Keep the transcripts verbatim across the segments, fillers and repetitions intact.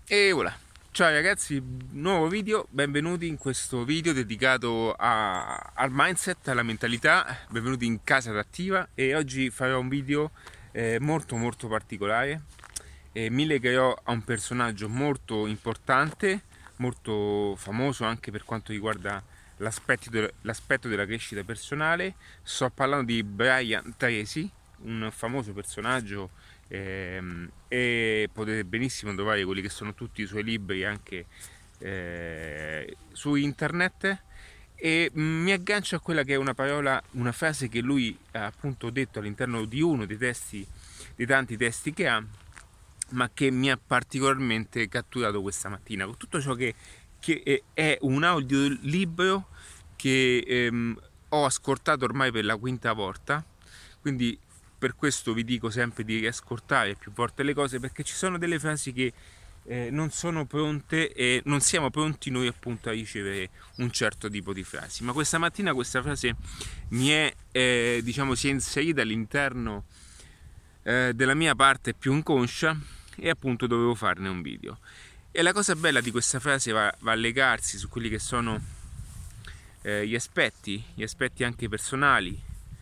E voilà. Ciao ragazzi, nuovo video, benvenuti in questo video dedicato a- al mindset, alla mentalità, benvenuti in Casa Adattiva e oggi farò un video eh, molto molto particolare. Eh, mi legherò a un personaggio molto importante, molto famoso anche per quanto riguarda l'aspetto, de- l'aspetto della crescita personale. Sto parlando di Brian Tracy, un famoso personaggio, ehm, e potete benissimo trovare quelli che sono tutti i suoi libri anche eh, su internet. E mi aggancio a quella che è una parola, una frase che lui ha appunto detto all'interno di uno dei testi, dei tanti testi che ha, ma che mi ha particolarmente catturato questa mattina, con tutto ciò che, che è un audiolibro che ehm, ho ascoltato ormai per la quinta volta, quindi per questo vi dico sempre di riascoltare più volte le cose, perché ci sono delle frasi che eh, non sono pronte e non siamo pronti noi appunto a ricevere un certo tipo di frasi. Ma questa mattina questa frase mi è eh, diciamo si è inserita all'interno eh, della mia parte più inconscia e appunto dovevo farne un video. E la cosa bella di questa frase va, va a legarsi su quelli che sono eh, gli aspetti, gli aspetti anche personali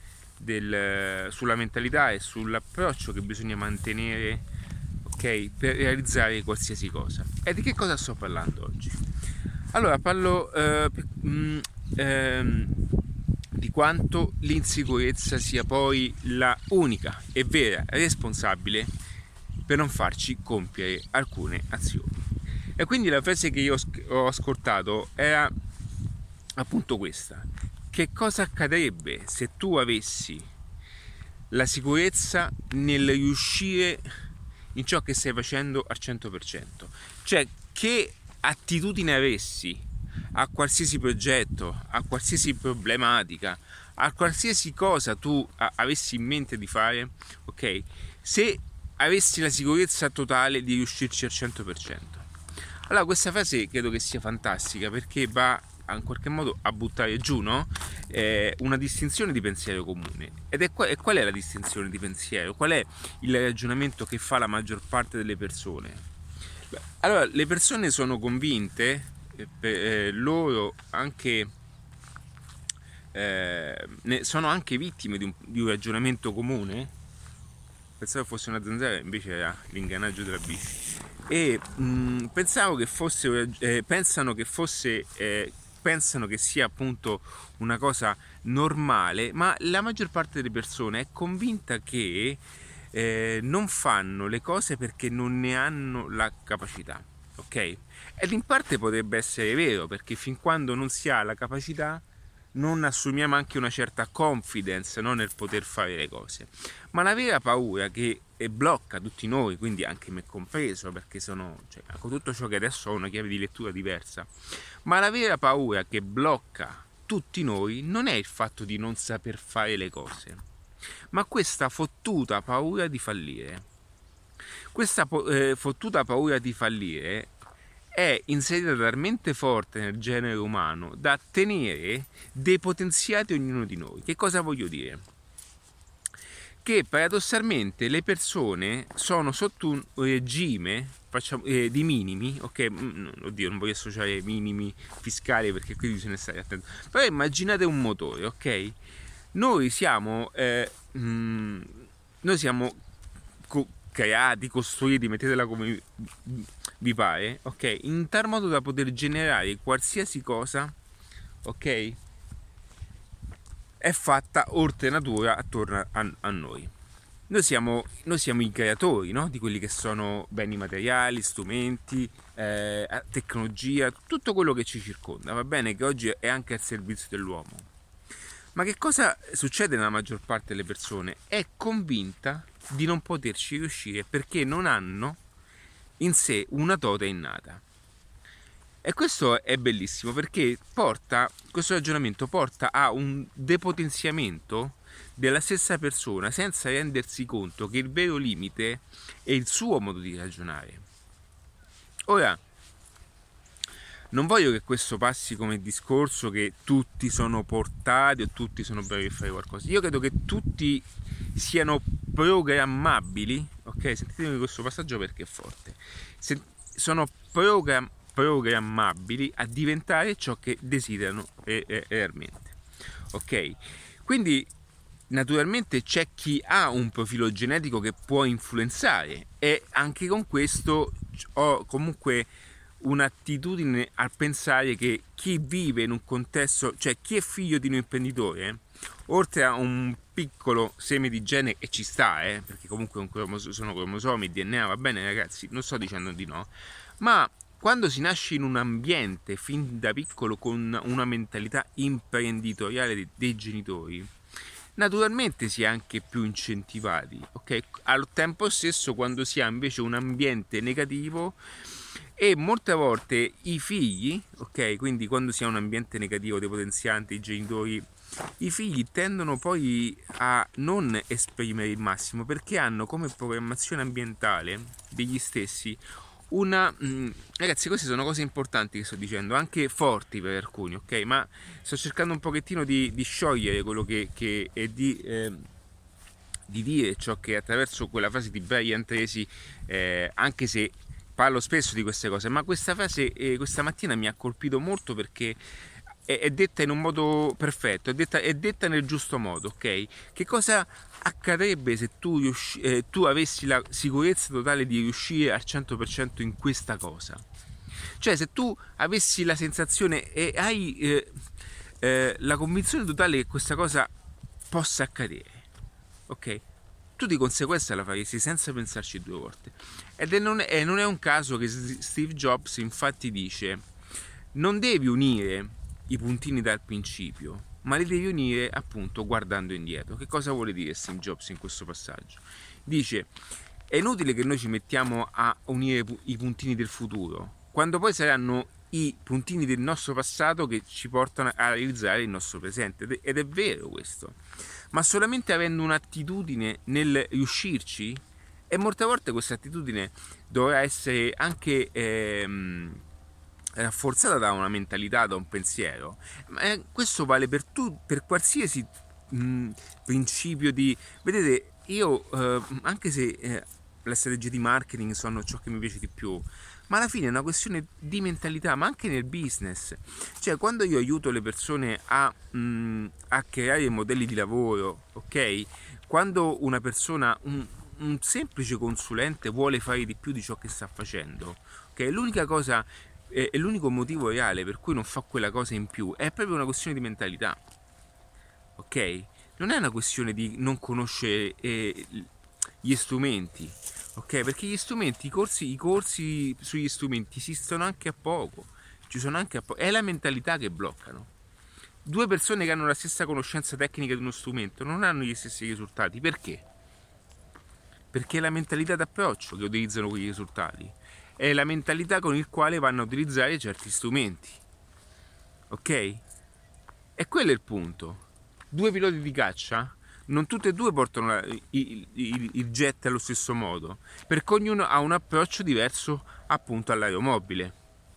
del, sulla mentalità e sull'approccio che bisogna mantenere, ok, per realizzare qualsiasi cosa. E di che cosa sto parlando oggi? Allora parlo eh, mh, ehm, di quanto l'insicurezza sia poi la unica e vera responsabile per non farci compiere alcune azioni. E quindi la frase che io ho ascoltato era appunto questa: che cosa accadrebbe se tu avessi la sicurezza nel riuscire in ciò che stai facendo al cento per cento? Cioè, che attitudine avessi a qualsiasi progetto, a qualsiasi problematica, a qualsiasi cosa tu avessi in mente di fare, ok? Se avessi la sicurezza totale di riuscirci al cento per cento. Allora questa frase credo che sia fantastica, perché va in qualche modo a buttare giù, no? eh, una distinzione di pensiero comune. Ed è qual, e qual è la distinzione di pensiero? Qual è il ragionamento che fa la maggior parte delle persone? Beh, allora, le persone sono convinte, eh, per, eh, loro anche eh, ne sono anche vittime di un, di un ragionamento comune. Pensavo fosse una zanzara, invece era l'ingranaggio della bici. E mh, pensavo che fosse eh, pensano che fosse eh, pensano che sia appunto una cosa normale, ma la maggior parte delle persone è convinta che eh, non fanno le cose perché non ne hanno la capacità, ok? Ed in parte potrebbe essere vero, perché fin quando non si ha la capacità non assumiamo anche una certa confidence, no, nel poter fare le cose. Ma la vera paura che blocca tutti noi, quindi anche me compreso, perché sono, cioè, con tutto ciò che adesso ho una chiave di lettura diversa, ma la vera paura che blocca tutti noi non è il fatto di non saper fare le cose, ma questa fottuta paura di fallire. Questa eh, fottuta paura di fallire è inserita talmente forte nel genere umano da tenere depotenziati ognuno di noi. Che cosa voglio dire? Che paradossalmente le persone sono sotto un regime facciamo, eh, di minimi, ok? Oddio, non voglio associare minimi fiscali perché qui bisogna stare attenti. Però immaginate un motore, ok? Noi siamo, eh, mh, noi siamo co- creati, costruiti, mettetela come vi pare, ok? In tal modo da poter generare qualsiasi cosa, ok? È fatta oltre natura attorno a, a noi. Noi siamo, noi siamo i creatori, no? Di quelli che sono beni materiali, strumenti, eh, tecnologia, tutto quello che ci circonda, va bene? Che oggi è anche al servizio dell'uomo. Ma che cosa succede nella maggior parte delle persone? È convinta di non poterci riuscire perché non hanno in sé una dote innata. E questo è bellissimo, perché porta, questo ragionamento porta a un depotenziamento della stessa persona senza rendersi conto che il vero limite è il suo modo di ragionare. Ora, non voglio che questo passi come discorso che tutti sono portati o tutti sono bravi a fare qualcosa. Io credo che tutti siano programmabili, ok? Sentitemi questo passaggio perché è forte. Se, sono program- programmabili a diventare ciò che desiderano eh, eh, realmente. Ok? Quindi naturalmente c'è chi ha un profilo genetico che può influenzare, e anche con questo ho comunque un'attitudine a pensare che chi vive in un contesto, cioè chi è figlio di un imprenditore, oltre a un piccolo seme di gene, e ci sta, eh, perché comunque un cromos- sono cromosomi, D N A, va bene ragazzi, non sto dicendo di no, ma quando si nasce in un ambiente fin da piccolo con una mentalità imprenditoriale dei, dei genitori, naturalmente si è anche più incentivati, ok? Al tempo stesso, quando si ha invece un ambiente negativo, e molte volte i figli, ok? Quindi quando si ha un ambiente negativo, depotenziante, i genitori, i figli tendono poi a non esprimere il massimo, perché hanno come programmazione ambientale degli stessi una mh, ragazzi, queste sono cose importanti che sto dicendo, anche forti per alcuni, ok? Ma sto cercando un pochettino di, di sciogliere quello che, che è di, eh, di dire ciò che attraverso quella frase di Brian Tracy, eh, anche se parlo spesso di queste cose, ma questa frase eh, questa mattina mi ha colpito molto, perché è, è detta in un modo perfetto, è detta, è detta nel giusto modo, ok? Che cosa accadrebbe se tu, riusci- eh, tu avessi la sicurezza totale di riuscire al cento per cento in questa cosa? Cioè, se tu avessi la sensazione e hai eh, eh, la convinzione totale che questa cosa possa accadere, ok? Tu di conseguenza la faresti senza pensarci due volte. Ed è non, è, e non è un caso che Steve Jobs infatti dice: non devi unire i puntini dal principio, ma li devi unire appunto guardando indietro. Che cosa vuole dire Steve Jobs in questo passaggio? Dice: è inutile che noi ci mettiamo a unire i puntini del futuro, quando poi saranno i puntini del nostro passato che ci portano a realizzare il nostro presente. Ed è vero questo, ma solamente avendo un'attitudine nel riuscirci, e molte volte questa attitudine dovrà essere anche ehm, rafforzata da una mentalità, da un pensiero. Ma questo vale per, tu, per qualsiasi mh, principio di... Vedete, io eh, anche se eh, le strategie di marketing sono ciò che mi piace di più, ma alla fine è una questione di mentalità, ma anche nel business. Cioè, quando io aiuto le persone a, mh, a creare modelli di lavoro, ok? Quando una persona, un, un semplice consulente vuole fare di più di ciò che sta facendo, ok? L'unica cosa, eh, è l'unico motivo reale per cui non fa quella cosa in più, è proprio una questione di mentalità, ok? Non è una questione di non conoscere eh, gli strumenti, ok? Perché gli strumenti, i corsi, i corsi sugli strumenti esistono anche a poco, ci sono anche a poco, è la mentalità che bloccano. Due persone che hanno la stessa conoscenza tecnica di uno strumento non hanno gli stessi risultati, perché? Perché è la mentalità d'approccio che utilizzano quei risultati, è la mentalità con il quale vanno a utilizzare certi strumenti, ok? E quello è il punto. Due piloti di caccia, non tutti e due portano la, il, il, il jet allo stesso modo, perché ognuno ha un approccio diverso appunto all'aeromobile.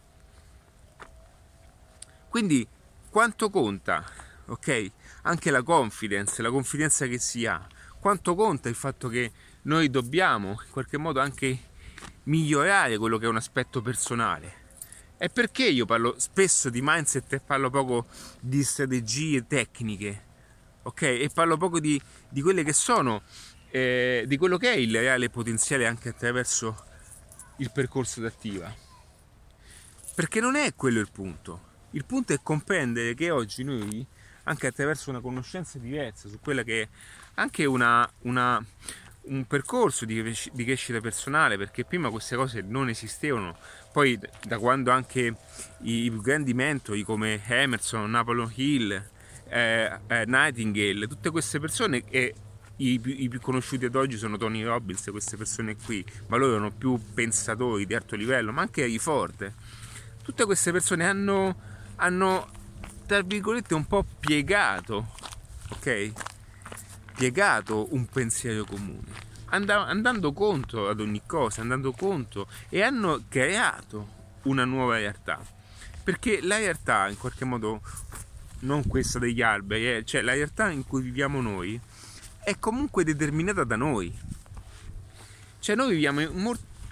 Quindi quanto conta, ok? Anche la confidence, la confidenza che si ha, quanto conta il fatto che noi dobbiamo in qualche modo anche migliorare quello che è un aspetto personale. E perché io parlo spesso di mindset e parlo poco di strategie tecniche, ok? E parlo poco di, di quelle che sono, eh, di quello che è il reale potenziale anche attraverso il percorso d'attiva. Perché non è quello il punto. Il punto è comprendere che oggi noi, anche attraverso una conoscenza diversa su quella che è anche una, una, un percorso di, di crescita personale, perché prima queste cose non esistevano, poi da quando anche i, i grandi mentori come Emerson, Napoleon Hill, eh, eh, Nightingale, tutte queste persone, e i, i più conosciuti ad oggi sono Tony Robbins, queste persone qui, ma loro erano più pensatori di alto livello, ma anche Harry Ford. Tutte queste persone hanno, hanno tra virgolette un po' piegato, ok? Piegato un pensiero comune, andando, andando contro ad ogni cosa, andando contro, e hanno creato una nuova realtà. Perché la realtà, in qualche modo, non questa degli alberi, eh, cioè la realtà in cui viviamo noi, è comunque determinata da noi. Cioè noi viviamo in,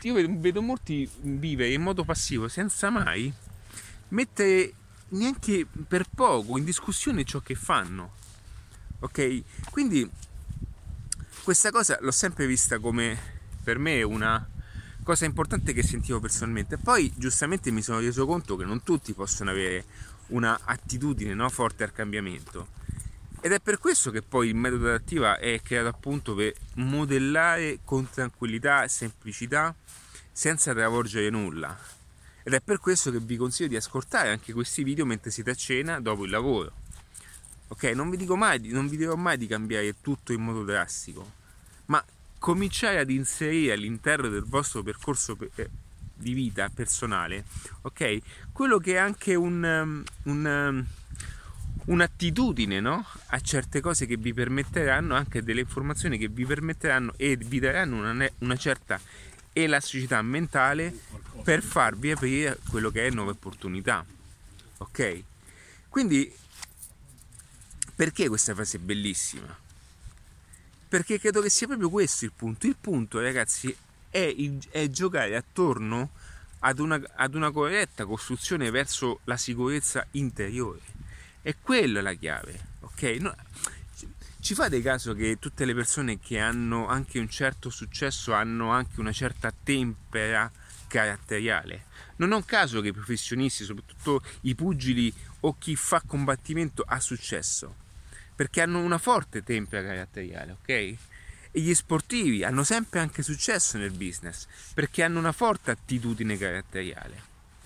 molti, io vedo, vedo molti vivere in modo passivo senza mai mettere neanche per poco in discussione ciò che fanno, ok? Quindi questa cosa l'ho sempre vista come, per me, una cosa importante che sentivo personalmente. Poi giustamente mi sono reso conto che non tutti possono avere una attitudine, no, forte al cambiamento, ed è per questo che poi il metodo adattiva è creato appunto per modellare con tranquillità e semplicità senza travolgere nulla, ed è per questo che vi consiglio di ascoltare anche questi video mentre siete a cena dopo il lavoro, ok? Non vi dico mai, non vi dirò mai di cambiare tutto in modo drastico, ma cominciare ad inserire all'interno del vostro percorso di vita personale, ok, quello che è anche un, un, un'attitudine, no? A certe cose che vi permetteranno, anche delle informazioni che vi permetteranno e vi daranno una, una certa elasticità mentale per farvi aprire quello che è nuove opportunità, ok? Quindi perché questa frase è bellissima? Perché credo che sia proprio questo il punto. Il punto, ragazzi, è, il, è giocare attorno ad una, ad una corretta costruzione verso la sicurezza interiore. E quella è la chiave, ok? No, ci fate caso che tutte le persone che hanno anche un certo successo hanno anche una certa tempera caratteriale? Non è un caso che i professionisti, soprattutto i pugili o chi fa combattimento, ha successo, perché hanno una forte tempera caratteriale, ok? E gli sportivi hanno sempre anche successo nel business perché hanno una forte attitudine caratteriale.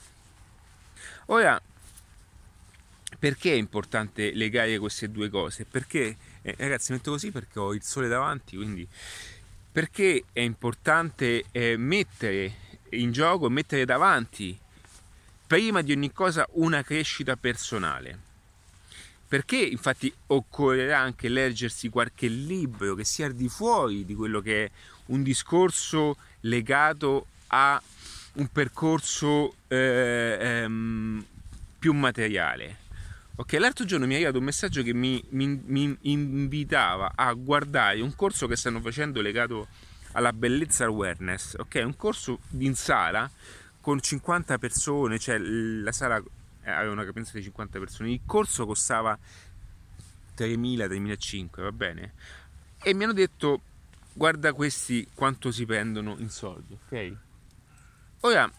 Ora, perché è importante legare queste due cose? Perché, eh, ragazzi, metto così perché ho il sole davanti, quindi perché è importante eh, mettere in gioco, mettere davanti prima di ogni cosa una crescita personale. Perché infatti occorrerà anche leggersi qualche libro che sia al di fuori di quello che è un discorso legato a un percorso eh, ehm, più materiale. Ok, l'altro giorno mi è arrivato un messaggio che mi, mi, mi invitava a guardare un corso che stanno facendo legato alla bellezza awareness, ok? Un corso in sala con cinquanta persone, cioè la sala aveva una capienza di cinquanta persone, il corso costava tremila tremilacinquecento, va bene? E mi hanno detto: guarda questi quanto si prendono in soldi, ok? Ora,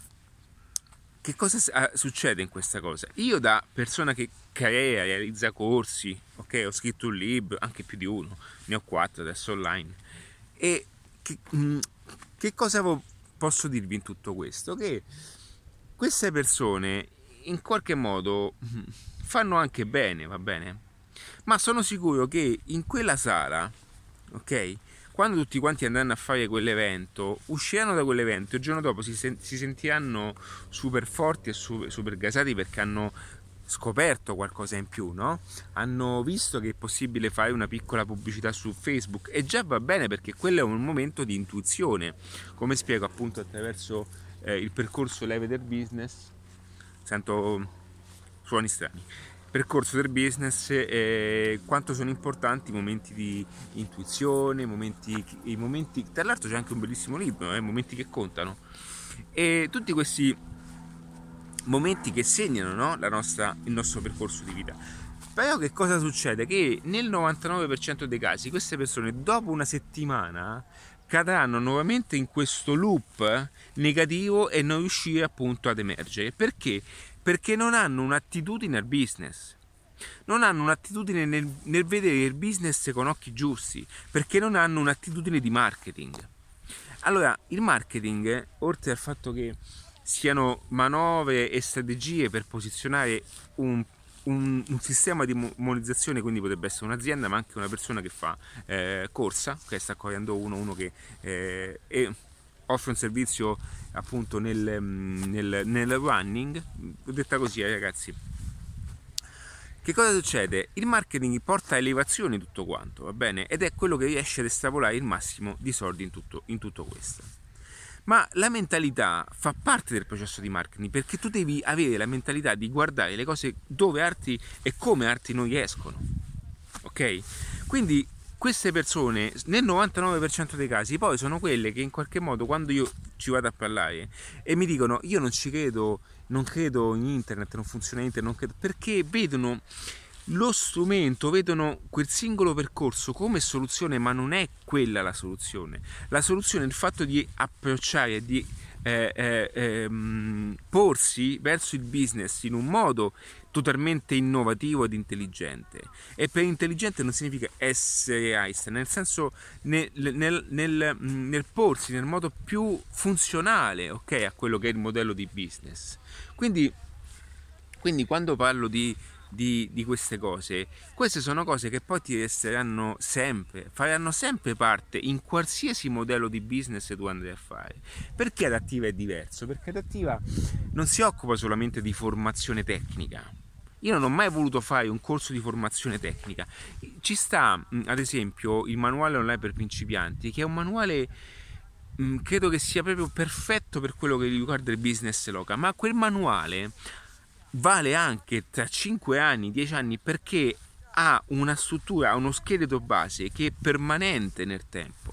che cosa succede in questa cosa? Io, da persona che crea, realizza corsi, ok, ho scritto un libro, anche più di uno, ne ho quattro adesso online, e che, che cosa posso dirvi in tutto questo? Che queste persone in qualche modo fanno anche bene, va bene? Ma sono sicuro che in quella sala, ok, quando tutti quanti andranno a fare quell'evento, usciranno da quell'evento e il giorno dopo si, sen- si sentiranno super forti e super, super gasati perché hanno scoperto qualcosa in più, no? Hanno visto che è possibile fare una piccola pubblicità su Facebook, e già va bene, perché quello è un momento di intuizione, come spiego appunto attraverso eh, il percorso Leve del Business. Sento suoni strani. Percorso del business, eh, quanto sono importanti i momenti di intuizione, momenti, i momenti, tra l'altro c'è anche un bellissimo libro, eh, momenti che contano, e tutti questi momenti che segnano, no? La nostra, il nostro percorso di vita. Però che cosa succede? Che nel novantanove per cento dei casi queste persone dopo una settimana cadranno nuovamente in questo loop negativo e non riuscire appunto ad emergere. Perché? Perché non hanno un'attitudine al business, non hanno un'attitudine nel, nel vedere il business con occhi giusti, perché non hanno un'attitudine di marketing. Allora, il marketing, oltre al fatto che siano manovre e strategie per posizionare un Un, un sistema di monetizzazione, quindi potrebbe essere un'azienda ma anche una persona che fa eh, corsa, che sta correndo uno, uno che eh, è, offre un servizio appunto nel, nel, nel running, detta così, eh, ragazzi. Che cosa succede? Il marketing porta a elevazione tutto quanto, va bene? Ed è quello che riesce ad estrapolare il massimo di soldi in tutto, in tutto questo. Ma la mentalità fa parte del processo di marketing, perché tu devi avere la mentalità di guardare le cose dove arti e come arti non riescono, ok? Quindi queste persone nel novantanove per cento dei casi poi sono quelle che in qualche modo, quando io ci vado a parlare e mi dicono io non ci credo, non credo in internet, non funziona internet, non credo, perché vedono lo strumento, vedono quel singolo percorso come soluzione, ma non è quella la soluzione. La soluzione è il fatto di approcciare, di eh, eh, eh, porsi verso il business in un modo totalmente innovativo ed intelligente. E per intelligente non significa essere Einstein, nel senso nel, nel, nel, nel porsi nel modo più funzionale, ok, a quello che è il modello di business. Quindi, quindi quando parlo di Di, di queste cose, queste sono cose che poi ti resteranno sempre, faranno sempre parte in qualsiasi modello di business tu andrai a fare. Perché Adattiva è diverso? Perché Adattiva non si occupa solamente di formazione tecnica. Io non ho mai voluto fare un corso di formazione tecnica. Ci sta ad esempio il manuale online per principianti, che è un manuale mh, credo che sia proprio perfetto per quello che riguarda il business local, ma quel manuale vale anche tra cinque anni, dieci anni, perché ha una struttura, ha uno scheletro base che è permanente nel tempo.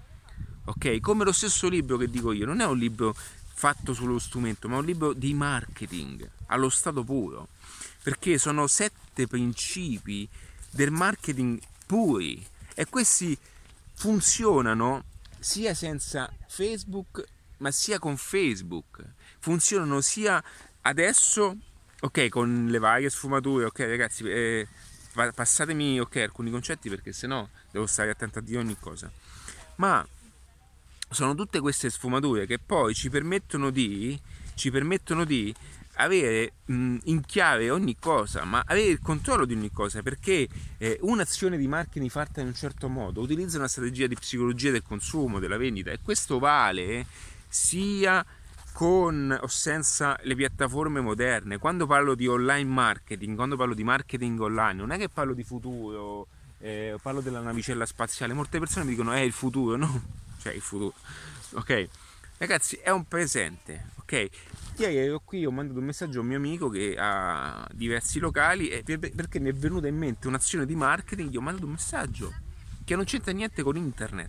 Ok? Come lo stesso libro che dico io, non è un libro fatto sullo strumento, ma è un libro di marketing allo stato puro, perché sono sette principi del marketing puri e questi funzionano sia senza Facebook, ma sia con Facebook. Funzionano sia adesso, ok, con le varie sfumature, ok ragazzi, eh, passatemi ok alcuni concetti perché sennò devo stare attento a dire ogni cosa, ma sono tutte queste sfumature che poi ci permettono di ci permettono di avere mh, in chiave ogni cosa, ma avere il controllo di ogni cosa, perché eh, un'azione di marketing fatta in un certo modo utilizza una strategia di psicologia del consumo, della vendita, e questo vale sia con o senza le piattaforme moderne. Quando parlo di online marketing, quando parlo di marketing online, non è che parlo di futuro, eh, parlo della navicella spaziale. Molte persone mi dicono è il futuro, no? Cioè il futuro, ok? Ragazzi, è un presente, ok? Ieri ero qui, ho mandato un messaggio a un mio amico che ha diversi locali e perché mi è venuta in mente un'azione di marketing, gli ho mandato un messaggio che non c'entra niente con internet,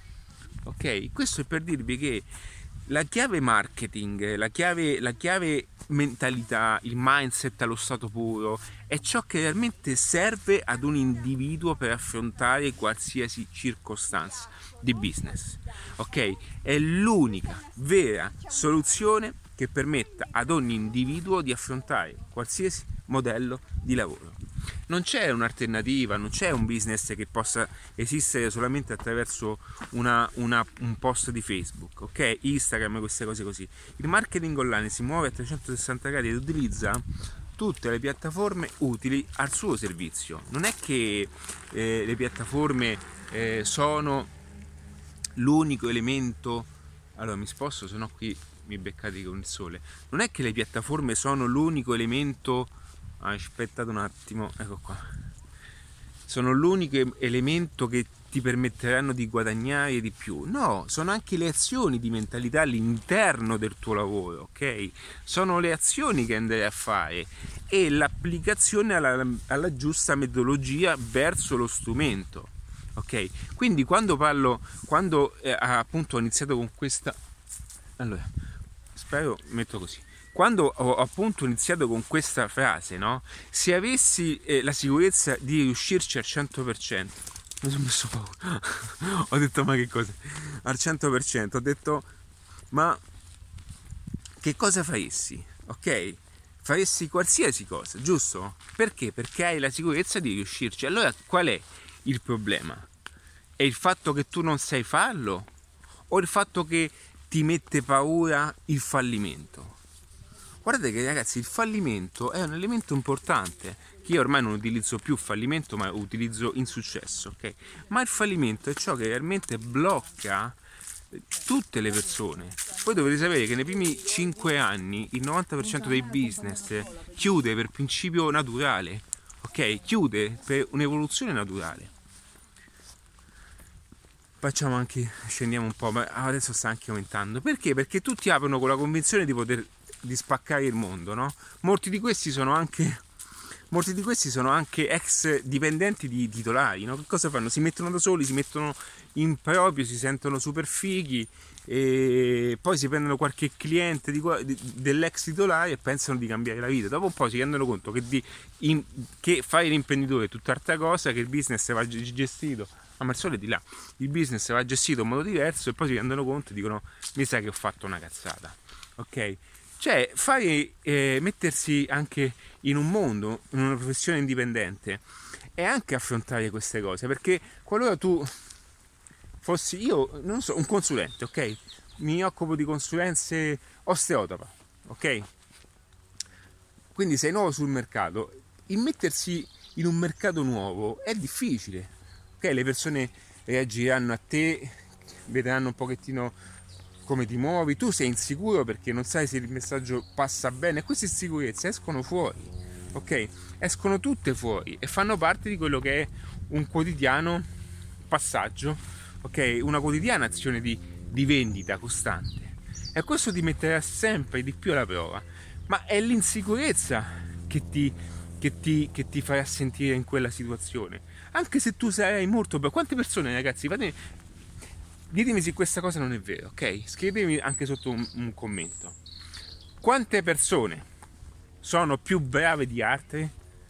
ok? Questo è per dirvi che la chiave marketing, la chiave, la chiave mentalità, il mindset allo stato puro è ciò che realmente serve ad un individuo per affrontare qualsiasi circostanza di business, ok? È l'unica vera soluzione che permetta ad ogni individuo di affrontare qualsiasi modello di lavoro. Non c'è un'alternativa, non c'è un business che possa esistere solamente attraverso una, una, un post di Facebook, ok? Instagram, queste cose così. Il marketing online si muove a trecentosessanta gradi ed utilizza tutte le piattaforme utili al suo servizio. Non è che eh, le piattaforme eh, sono l'unico elemento. Allora mi sposto, se no qui mi beccate con il sole. Non è che le piattaforme sono l'unico elemento. Ah, aspettate un attimo, ecco qua. Sono l'unico elemento che ti permetteranno di guadagnare di più. No, sono anche le azioni di mentalità all'interno del tuo lavoro, ok? Sono le azioni che andrai a fare e l'applicazione alla, alla giusta metodologia verso lo strumento, ok? Quindi quando parlo, quando eh, appunto ho iniziato con questa, allora, spero, metto così. Quando ho appunto iniziato con questa frase, no? Se avessi eh, la sicurezza di riuscirci al cento per cento, mi sono messo paura. Ho detto ma che cosa? Al cento per cento, ho detto ma che cosa faresti? Ok? Faresti qualsiasi cosa, giusto? Perché? Perché hai la sicurezza di riuscirci. Allora qual è il problema? È il fatto che tu non sai farlo? O il fatto che ti mette paura il fallimento? Guardate che ragazzi, il fallimento è un elemento importante, che io ormai non utilizzo più fallimento, ma utilizzo insuccesso, ok? Ma il fallimento è ciò che realmente blocca tutte le persone. Voi dovete sapere che nei primi cinque anni il novanta per cento dei business chiude per principio naturale, ok? Chiude per un'evoluzione naturale. Facciamo anche, scendiamo un po', ma adesso sta anche aumentando. Perché? Perché tutti aprono con la convinzione di poter di spaccare il mondo, no? Molti di questi sono anche molti di questi sono anche ex dipendenti di titolari, no? Che cosa fanno? Si mettono da soli, si mettono in proprio, si sentono super fighi e poi si prendono qualche cliente di, di, dell'ex titolare e pensano di cambiare la vita. Dopo un po' si rendono conto che, di, in, che fare l'imprenditore è tutt'altra cosa, che il business va gestito, ma il sole di là, il business va gestito in modo diverso, e poi si rendono conto e dicono: mi sa che ho fatto una cazzata. Ok? Cioè, fare, eh, mettersi anche in un mondo, in una professione indipendente, è anche affrontare queste cose, perché qualora tu fossi, io non so, un consulente, ok? Mi occupo di consulenze osteopata, ok? Quindi sei nuovo sul mercato, immettersi in un mercato nuovo è difficile, ok? Le persone reagiranno a te, vedranno un pochettino come ti muovi, tu sei insicuro perché non sai se il messaggio passa bene, e queste insicurezze escono fuori, ok? Escono tutte fuori e fanno parte di quello che è un quotidiano passaggio, ok? Una quotidiana azione di, di vendita costante, e questo ti metterà sempre di più alla prova, ma è l'insicurezza che ti, che ti, che ti farà sentire in quella situazione, anche se tu sarai molto bravo. Quante persone, ragazzi, fate... ditemi se questa cosa non è vera, ok? Scrivetemi anche sotto un, un commento. Quante persone sono più brave di altre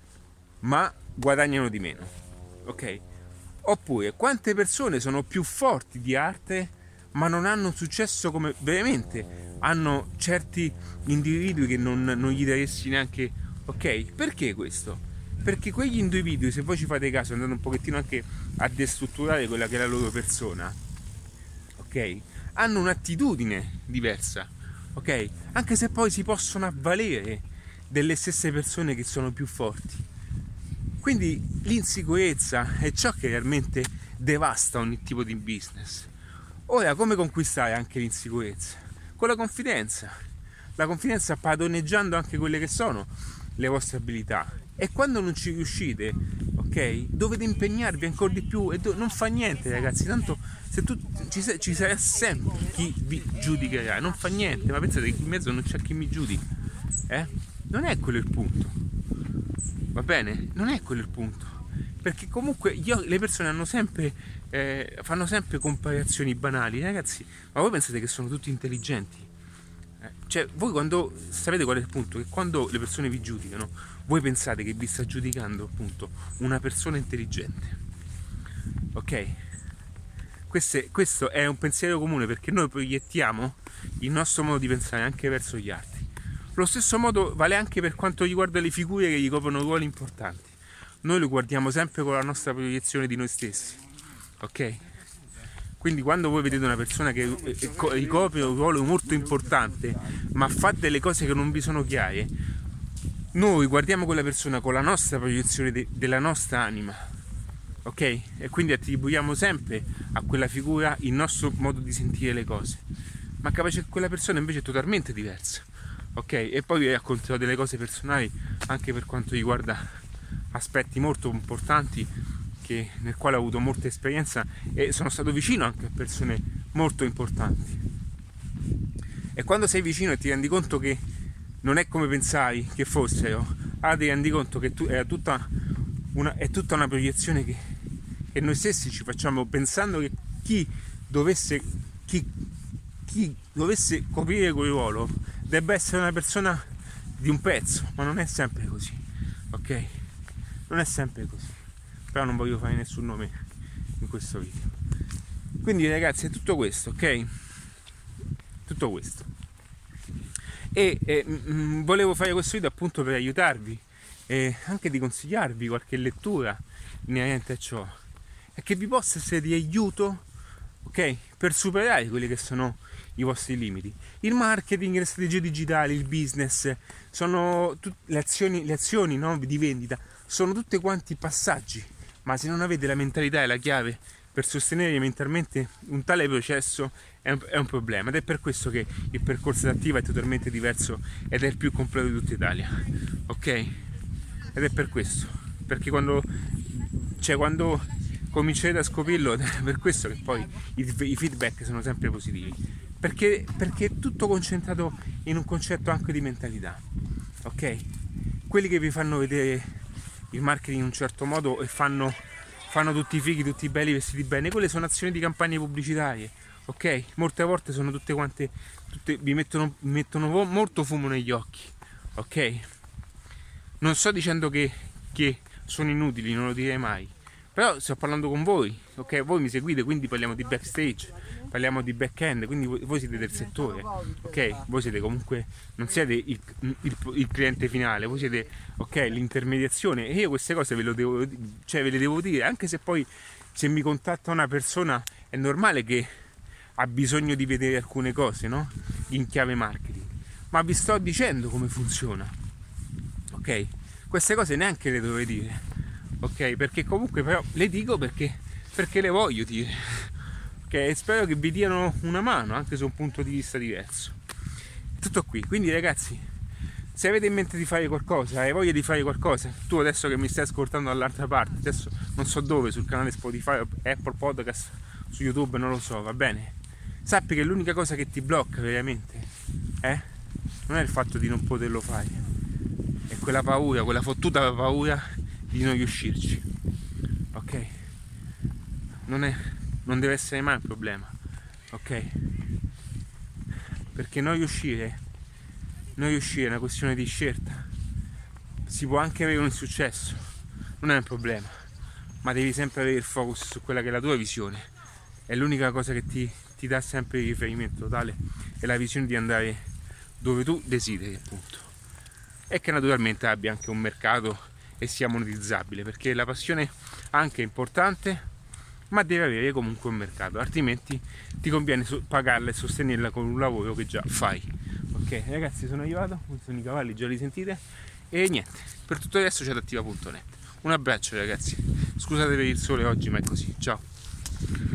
ma guadagnano di meno, ok? Oppure quante persone sono più forti di altre ma non hanno successo, come veramente hanno certi individui che non, non gli daresti neanche, ok? Perché questo? Perché quegli individui, se voi ci fate caso, andando un pochettino anche a destrutturare quella che è la loro persona, ok? Hanno un'attitudine diversa, ok? Anche se poi si possono avvalere delle stesse persone che sono più forti. Quindi l'insicurezza è ciò che realmente devasta ogni tipo di business. Ora, come conquistare anche l'insicurezza? Con la confidenza. La confidenza padroneggiando anche quelle che sono le vostre abilità. E quando non ci riuscite, ok, dovete impegnarvi ancora di più e do- non fa niente, ragazzi, tanto se tu ci, ci sarà sempre chi vi giudicherà, non fa niente, ma pensate che in mezzo non c'è chi mi giudica, eh? Non è quello il punto, va bene? Non è quello il punto, perché comunque io, le persone hanno sempre eh, fanno sempre comparazioni banali, ragazzi, ma voi pensate che sono tutti intelligenti? Eh? Cioè, voi quando, sapete qual è il punto? Che quando le persone vi giudicano, voi pensate che vi sta giudicando appunto una persona intelligente, ok? Questo è, questo è un pensiero comune, perché noi proiettiamo il nostro modo di pensare anche verso gli altri. Lo stesso modo vale anche per quanto riguarda le figure che ricoprono ruoli importanti. Noi lo guardiamo sempre con la nostra proiezione di noi stessi, ok? Quindi quando voi vedete una persona che ricopre un ruolo molto importante ma fa delle cose che non vi sono chiare, noi guardiamo quella persona con la nostra proiezione de- della nostra anima, ok? E quindi attribuiamo sempre a quella figura il nostro modo di sentire le cose, ma capace che quella persona invece è totalmente diversa, ok? E poi vi racconterò delle cose personali anche per quanto riguarda aspetti molto importanti che, nel quale ho avuto molta esperienza e sono stato vicino anche a persone molto importanti. E quando sei vicino e ti rendi conto che non è come pensavi che fossero, allora ti rendi conto che tu, è, tutta una, è tutta una proiezione che, che noi stessi ci facciamo, pensando che chi dovesse chi, chi dovesse coprire quel ruolo debba essere una persona di un pezzo, ma non è sempre così, ok? Non è sempre così, però non voglio fare nessun nome in questo video. Quindi ragazzi, è tutto questo, ok? Tutto questo. E eh, mh, volevo fare questo video appunto per aiutarvi e anche di consigliarvi qualche lettura inerente a ciò, e che vi possa essere di aiuto, ok? Per superare quelli che sono i vostri limiti. Il marketing, le strategie digitali, il business, sono tut- le azioni, le azioni no, di vendita, sono tutte quanti passaggi, ma se non avete la mentalità e la chiave per sostenere mentalmente un tale processo è un, è un problema, ed è per questo che il percorso Adattiva è totalmente diverso ed è il più completo di tutta Italia, ok? Ed è per questo, perché quando, cioè quando comincerete a scoprirlo, è per questo che poi i, i feedback sono sempre positivi, perché, perché è tutto concentrato in un concetto anche di mentalità, ok? Quelli che vi fanno vedere il marketing in un certo modo e fanno, fanno tutti i fighi, tutti belli, vestiti bene. Quelle sono azioni di campagne pubblicitarie, ok? Molte volte sono tutte quante, tutte, vi mettono, mettono molto fumo negli occhi, ok? Non sto dicendo che, che sono inutili, non lo direi mai, però sto parlando con voi, ok? Voi mi seguite, quindi parliamo di backstage, parliamo di back-end, quindi voi, voi siete del settore, ok? Voi siete comunque, non siete il, il, il cliente finale, voi siete, ok, l'intermediazione, e io queste cose ve, lo devo, cioè ve le devo dire, anche se poi se mi contatta una persona è normale che ha bisogno di vedere alcune cose, no? In chiave marketing, ma vi sto dicendo come funziona, ok? Queste cose neanche le dovevo dire, ok? Perché comunque però le dico perché, perché le voglio dire, ok? E spero che vi diano una mano anche su un punto di vista diverso. Tutto qui, quindi ragazzi, se avete in mente di fare qualcosa, hai voglia di fare qualcosa, tu adesso che mi stai ascoltando dall'altra parte, adesso non so dove, sul canale Spotify, Apple Podcast, su YouTube, non lo so, va bene? Sappi che l'unica cosa che ti blocca veramente eh, non è il fatto di non poterlo fare, è quella paura, quella fottuta paura di non riuscirci, ok? Non, è, non deve essere mai un problema, ok? Perché non riuscire, non riuscire è una questione di scelta. Si può anche avere un successo, non è un problema, ma devi sempre avere il focus su quella che è la tua visione. È l'unica cosa che ti, ti dà sempre il riferimento totale, è la visione di andare dove tu desideri, appunto, e che naturalmente abbia anche un mercato e sia monetizzabile, perché la passione anche è importante, ma deve avere comunque un mercato, altrimenti ti conviene pagarla e sostenerla con un lavoro che già fai. Ok ragazzi, sono arrivato, sono i cavalli, già li sentite, e niente, per tutto il resto c'è adattiva punto net. Un abbraccio ragazzi, scusate per il sole oggi, ma è così, ciao.